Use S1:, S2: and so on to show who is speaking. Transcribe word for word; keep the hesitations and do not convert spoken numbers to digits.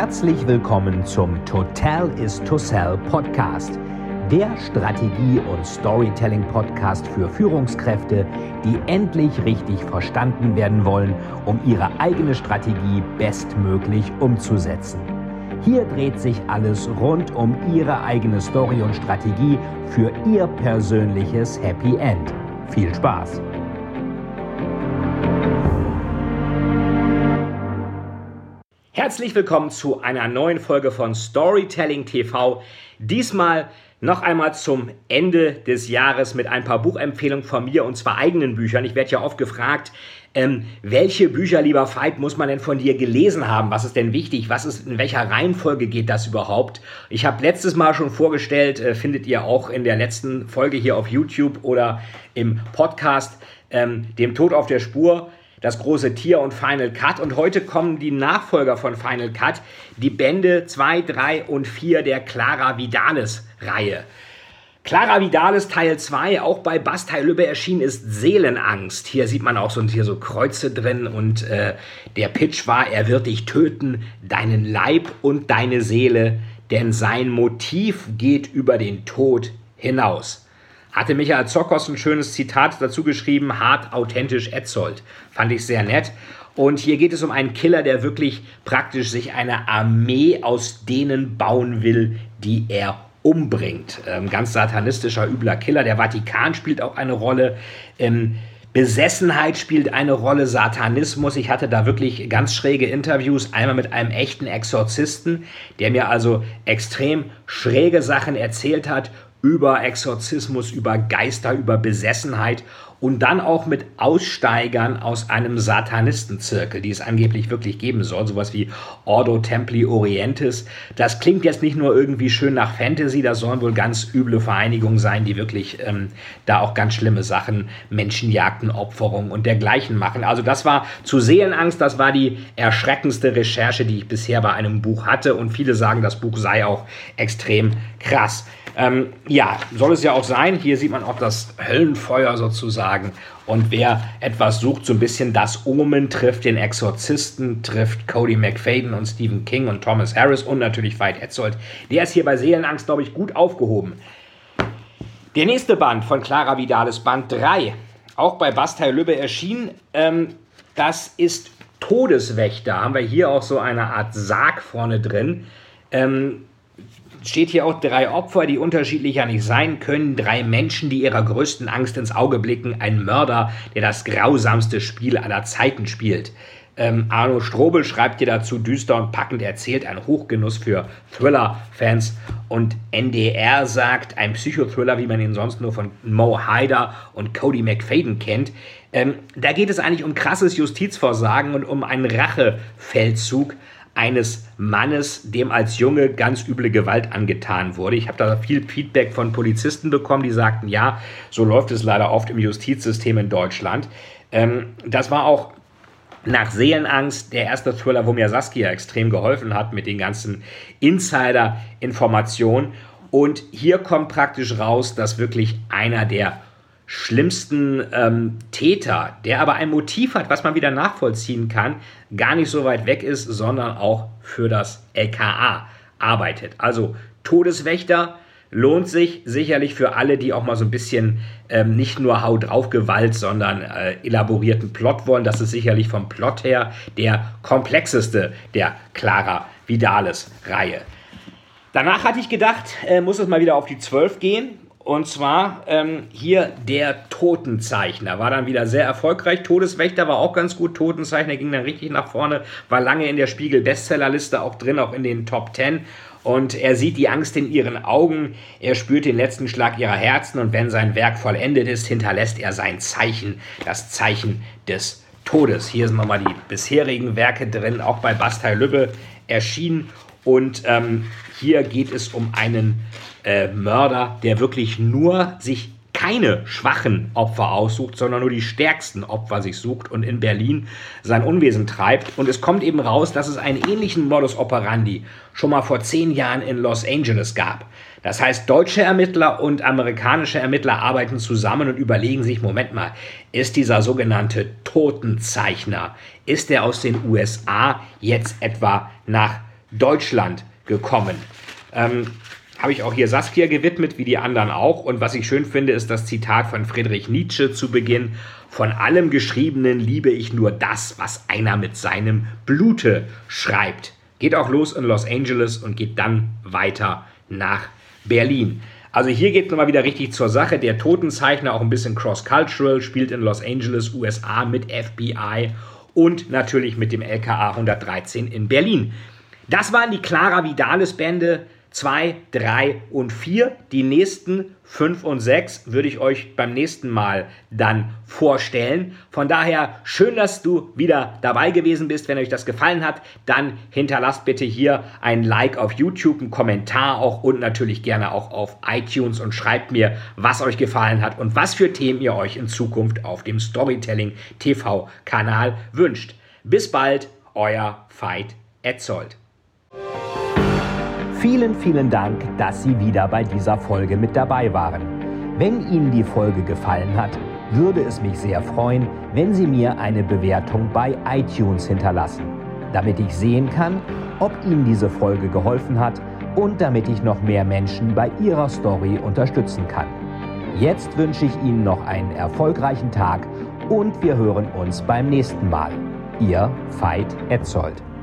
S1: Herzlich willkommen zum Total is to Sell Podcast, der Strategie- und Storytelling-Podcast für Führungskräfte, die endlich richtig verstanden werden wollen, um ihre eigene Strategie bestmöglich umzusetzen. Hier dreht sich alles rund um Ihre eigene Story und Strategie für Ihr persönliches Happy End. Viel Spaß! Herzlich willkommen zu einer neuen Folge von Storytelling T V. Diesmal noch einmal zum Ende des Jahres mit ein paar Buchempfehlungen von mir und zwar eigenen Büchern. Ich werde ja oft gefragt, ähm, welche Bücher, lieber Veit, muss man denn von dir gelesen haben? Was ist denn wichtig? Was ist, in welcher Reihenfolge geht das überhaupt? Ich habe letztes Mal schon vorgestellt, äh, findet ihr auch in der letzten Folge hier auf YouTube oder im Podcast, ähm, dem Tod auf der Spur, das große Tier und Final Cut. Und heute kommen die Nachfolger von Final Cut, die Bände zwei, drei und vier der Clara Vidalis-Reihe. Clara Vidalis Teil zwei, auch bei Bastei Lübbe erschienen, ist Seelenangst. Hier sieht man auch so, hier so Kreuze drin und äh, der Pitch war, er wird dich töten, deinen Leib und deine Seele, denn sein Motiv geht über den Tod hinaus. Hatte Michael Zockers ein schönes Zitat dazu geschrieben, hart, authentisch, Etzold. Fand ich sehr nett. Und hier geht es um einen Killer, der wirklich praktisch sich eine Armee aus denen bauen will, die er umbringt. Ähm, ganz satanistischer, übler Killer. Der Vatikan spielt auch eine Rolle. Ähm, Besessenheit spielt eine Rolle, Satanismus. Ich hatte da wirklich ganz schräge Interviews, einmal mit einem echten Exorzisten, der mir also extrem schräge Sachen erzählt hat, über Exorzismus, über Geister, über Besessenheit und dann auch mit Aussteigern aus einem Satanistenzirkel, die es angeblich wirklich geben soll, sowas wie Ordo Templi Orientis. Das klingt jetzt nicht nur irgendwie schön nach Fantasy, das sollen wohl ganz üble Vereinigungen sein, die wirklich ähm, da auch ganz schlimme Sachen, Menschenjagden, Opferung und dergleichen machen. Also das war zu Seelenangst, das war die erschreckendste Recherche, die ich bisher bei einem Buch hatte und viele sagen, das Buch sei auch extrem krass. Ähm, ja, soll es ja auch sein. Hier sieht man auch das Höllenfeuer sozusagen. Und wer etwas sucht, so ein bisschen das Omen, trifft den Exorzisten, trifft Cody McFadden und Stephen King und Thomas Harris und natürlich Veit Etzold. Der ist hier bei Seelenangst, glaube ich, gut aufgehoben. Der nächste Band von Clara Vidalis, Band drei, auch bei Bastei Lübbe erschienen. Ähm, das ist Todeswächter. Haben wir hier auch so eine Art Sarg vorne drin. Ähm, Steht hier auch drei Opfer, die unterschiedlicher nicht sein können. Drei Menschen, die ihrer größten Angst ins Auge blicken. Ein Mörder, der das grausamste Spiel aller Zeiten spielt. Ähm, Arno Strobel schreibt hier dazu, düster und packend erzählt, ein Hochgenuss für Thriller-Fans. Und N D R sagt, ein Psychothriller, wie man ihn sonst nur von Mo Haider und Cody McFadden kennt. Ähm, da geht es eigentlich um krasses Justizversagen und um einen Rachefeldzug eines Mannes, dem als Junge ganz üble Gewalt angetan wurde. Ich habe da viel Feedback von Polizisten bekommen, die sagten, ja, so läuft es leider oft im Justizsystem in Deutschland. Ähm, das war auch nach Seelenangst der erste Thriller, wo mir Saskia extrem geholfen hat mit den ganzen Insider-Informationen. Und hier kommt praktisch raus, dass wirklich einer der schlimmsten ähm, Täter, der aber ein Motiv hat, was man wieder nachvollziehen kann, gar nicht so weit weg ist, sondern auch für das L K A arbeitet. Also Todeswächter lohnt sich sicherlich für alle, die auch mal so ein bisschen ähm, nicht nur Hau drauf Gewalt, sondern äh, elaborierten Plot wollen. Das ist sicherlich vom Plot her der komplexeste der Clara Vidalis Reihe. Danach hatte ich gedacht, äh, muss es mal wieder auf die zwölf gehen. Und zwar ähm, hier der Totenzeichner, war dann wieder sehr erfolgreich. Todeswächter war auch ganz gut, Totenzeichner ging dann richtig nach vorne, war lange in der Spiegel-Bestsellerliste auch drin, auch in den Top Ten. Und er sieht die Angst in ihren Augen, er spürt den letzten Schlag ihrer Herzen und wenn sein Werk vollendet ist, hinterlässt er sein Zeichen, das Zeichen des Todes. Hier sind nochmal die bisherigen Werke drin, auch bei Bastei Lübbe erschienen. Und ähm, hier geht es um einen äh, Mörder, der wirklich nur sich keine schwachen Opfer aussucht, sondern nur die stärksten Opfer sich sucht und in Berlin sein Unwesen treibt. Und es kommt eben raus, dass es einen ähnlichen Modus operandi schon mal vor zehn Jahren in Los Angeles gab. Das heißt, deutsche Ermittler und amerikanische Ermittler arbeiten zusammen und überlegen sich, Moment mal, ist dieser sogenannte Totenzeichner, ist der aus den U S A jetzt etwa nach Deutschland gekommen. Ähm, habe ich auch hier Saskia gewidmet, wie die anderen auch. Und was ich schön finde, ist das Zitat von Friedrich Nietzsche zu Beginn. Von allem Geschriebenen liebe ich nur das, was einer mit seinem Blute schreibt. Geht auch los in Los Angeles und geht dann weiter nach Berlin. Also hier geht es nochmal wieder richtig zur Sache. Der Totenzeichner, auch ein bisschen cross-cultural, spielt in Los Angeles, U S A mit F B I und natürlich mit dem L K A hundertdreizehn in Berlin. Das waren die Clara Vidalis Bände zwei, drei und vier. Die nächsten fünf und sechs würde ich euch beim nächsten Mal dann vorstellen. Von daher schön, dass du wieder dabei gewesen bist. Wenn euch das gefallen hat, dann hinterlasst bitte hier ein Like auf YouTube, einen Kommentar auch und natürlich gerne auch auf iTunes und schreibt mir, was euch gefallen hat und was für Themen ihr euch in Zukunft auf dem Storytelling T V-Kanal wünscht. Bis bald, euer Veit Etzold. Vielen, vielen Dank, dass Sie wieder bei dieser Folge mit dabei waren. Wenn Ihnen die Folge gefallen hat, würde es mich sehr freuen, wenn Sie mir eine Bewertung bei iTunes hinterlassen, damit ich sehen kann, ob Ihnen diese Folge geholfen hat und damit ich noch mehr Menschen bei ihrer Story unterstützen kann. Jetzt wünsche ich Ihnen noch einen erfolgreichen Tag und wir hören uns beim nächsten Mal. Ihr Veit Etzold.